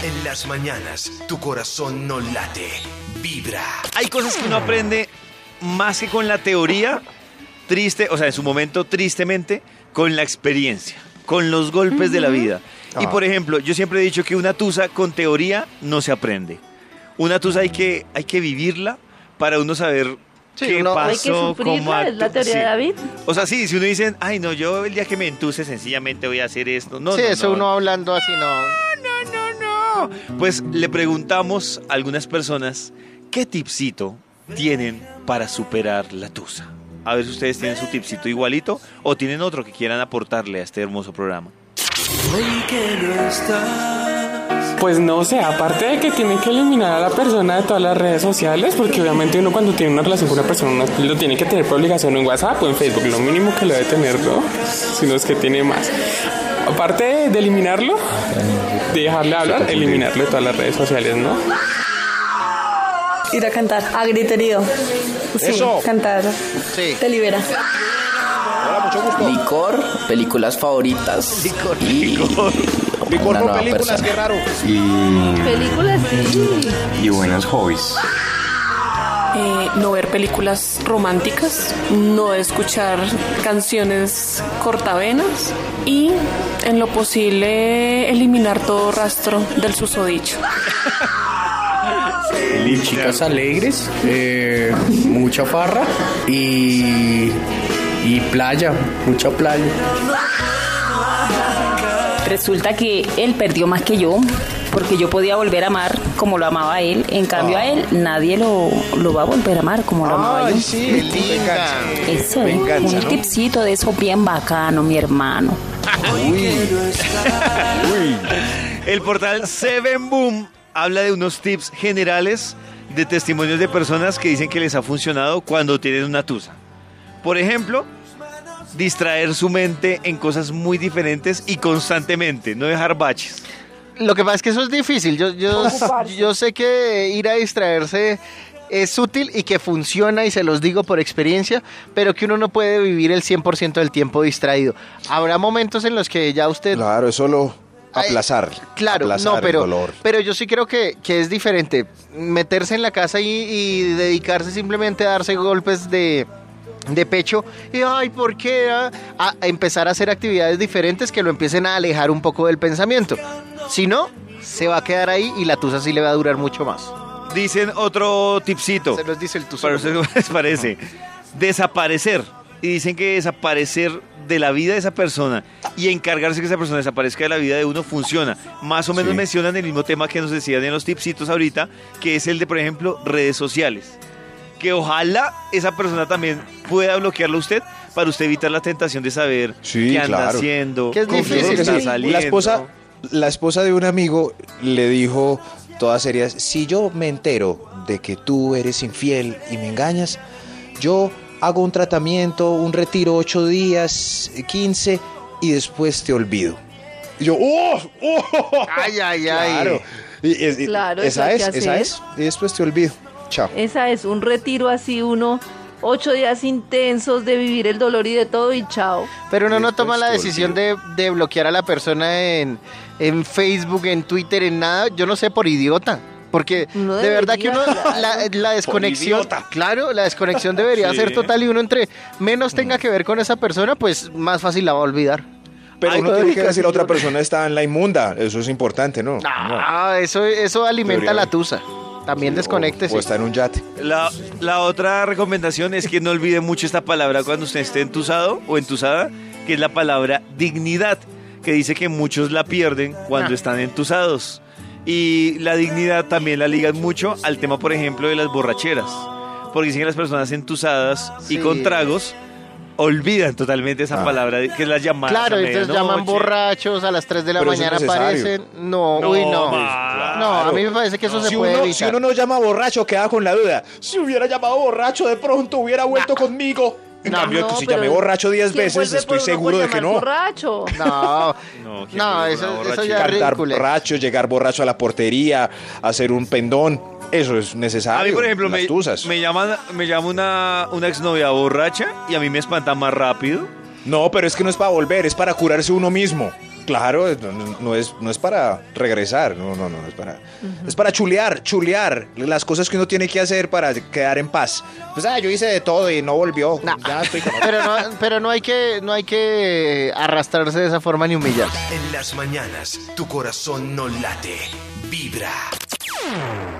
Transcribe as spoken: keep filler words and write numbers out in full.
En las mañanas, tu corazón no late, vibra. Hay cosas que uno aprende más que con la teoría, triste, o sea, en su momento, tristemente, con la experiencia, con los golpes de la vida. Y, por ejemplo, yo siempre he dicho que una tusa con teoría no se aprende. Una tusa hay que, hay que vivirla para uno saber Sí, qué uno- pasó, Hay que sufrirla, cómo es la actu- teoría sí. de David. O sea, sí, si uno dice, ay, no, yo el día que me entuse sencillamente voy a hacer esto. No, sí, no, eso no. uno hablando así, no. No, no, no. Pues le preguntamos a algunas personas qué tipcito tienen para superar la tusa. A ver si ustedes tienen su tipcito igualito o tienen otro que quieran aportarle a este hermoso programa. Pues no sé, aparte de que tienen que eliminar a la persona de todas las redes sociales, porque obviamente uno cuando tiene una relación con una persona uno lo tiene que tener por obligación en WhatsApp o en Facebook, lo mínimo que lo debe tener, ¿no? Si no es que tiene más. Aparte de, de eliminarlo, de dejarle hablar, eliminarlo de todas las redes sociales, ¿no? Ir a cantar a griterío. Sí, Eso. cantar. Sí. Te libera. Hola, mucho gusto. Licor, películas favoritas. Licor, y licor. Licor una por nueva películas, persona. qué raro. y, Películas, sí. y buenos hobbies. Eh, no ver películas románticas, no escuchar canciones cortavenas y en lo posible eliminar todo rastro del susodicho. Chicas alegres, eh, mucha farra y, y playa, mucha playa. Resulta que él perdió más que yo, porque yo podía volver a amar como lo amaba él. En cambio a él nadie lo, lo va a volver a amar como lo amaba yo. Ay, sí, qué linda. Eso es venganza, un ¿no? tipcito de eso bien bacano, mi hermano. El portal Seven Boom habla de unos tips generales de testimonios de personas que dicen que les ha funcionado cuando tienen una tusa. Por ejemplo, distraer su mente en cosas muy diferentes y constantemente, no dejar baches. Lo que pasa es que eso es difícil. Yo, yo, yo sé que ir a distraerse es útil y que funciona, y se los digo por experiencia, pero que uno no puede vivir el cien por ciento del tiempo distraído. Habrá momentos en los que ya usted... Claro, es solo aplazar. Claro, aplazar no, pero, el dolor. pero yo sí creo que, que es diferente meterse en la casa y, y dedicarse simplemente a darse golpes de, de pecho y, ay, ¿por qué? A, a empezar a hacer actividades diferentes que lo empiecen a alejar un poco del pensamiento. Si no, se va a quedar ahí y la tusa sí le va a durar mucho más. Dicen otro tipcito. Se los dice el tusa. Para ustedes, ¿cómo les parece? Desaparecer. Y dicen que desaparecer de la vida de esa persona y encargarse que esa persona desaparezca de la vida de uno funciona. Más o menos Sí. mencionan el mismo tema que nos decían en los tipsitos ahorita, que es el de, por ejemplo, redes sociales. Que ojalá esa persona también pueda bloquearlo a usted para usted evitar la tentación de saber Sí, qué anda claro. haciendo, Que es con quién difícil, está sí. saliendo. La esposa, la esposa de un amigo le dijo todas serias, si yo me entero de que tú eres infiel y me engañas, yo hago un tratamiento, un retiro ocho días, quince y después te olvido. Y yo, ¡oh! ¡oh! Ay, ay, ay. Claro. Y- y- y- Claro, eso esa hay es, que esa hacer. es. Y después te olvido. Chao. Esa es un retiro así, uno, ocho días intensos de vivir el dolor y de todo y chao. Pero uno no Después toma la te decisión de, de bloquear a la persona en, en Facebook, en Twitter, en nada, yo no sé, por idiota. Porque No de verdad que uno, debería, claro. la, la desconexión, claro, la desconexión debería Sí. ser total y uno entre menos tenga que ver con esa persona, pues más fácil la va a olvidar. Pero Ay, uno no tiene que digas, decir, la otra señor. persona está en la inmunda. Eso es importante, ¿no? Ah, eso, eso alimenta Debería- la tusa. También O- desconéctese. O está en un yate. La, la otra recomendación es que no olvide mucho esta palabra cuando usted esté entusado o entusada, que es la palabra dignidad, que dice que muchos la pierden cuando Ah. están entusados. Y la dignidad también la ligan mucho al tema, por ejemplo, de las borracheras. Porque dicen que las personas entusadas y Sí. con tragos olvidan totalmente esa Ah. palabra, que es la llamada. Claro, entonces llaman borrachos, a las tres de la Pero eso es mañana necesario. aparecen. No, No, uy, no. ma- No, a mí me parece que eso se Si puede uno, evitar. si uno no llama borracho, queda con la duda. Si hubiera llamado borracho, de pronto hubiera vuelto conmigo. En No, cambio, no, que si pero llamé borracho diez ¿quién veces, vuelve estoy por uno seguro por de que llamar no. borracho? No, No, ¿quién no, vuelve eso, una eso borrachera? ya es Cantar ridículo. borracho, llegar borracho a la portería, hacer un pendón. Eso es necesario. A mí, por ejemplo, las me, tusas. me llama, me llama una, una exnovia borracha y a mí me espanta más rápido. No, pero es que no es para volver, es para curarse uno mismo. Claro, no, no es, no es para regresar, no, no, no, es para, uh-huh. es para chulear, chulear las cosas que uno tiene que hacer para quedar en paz. Pues, ah, yo hice de todo y no volvió. No. Ya estoy con... pero no, pero no hay que, no hay que arrastrarse de esa forma ni humillarse. En las mañanas, tu corazón no late, vibra.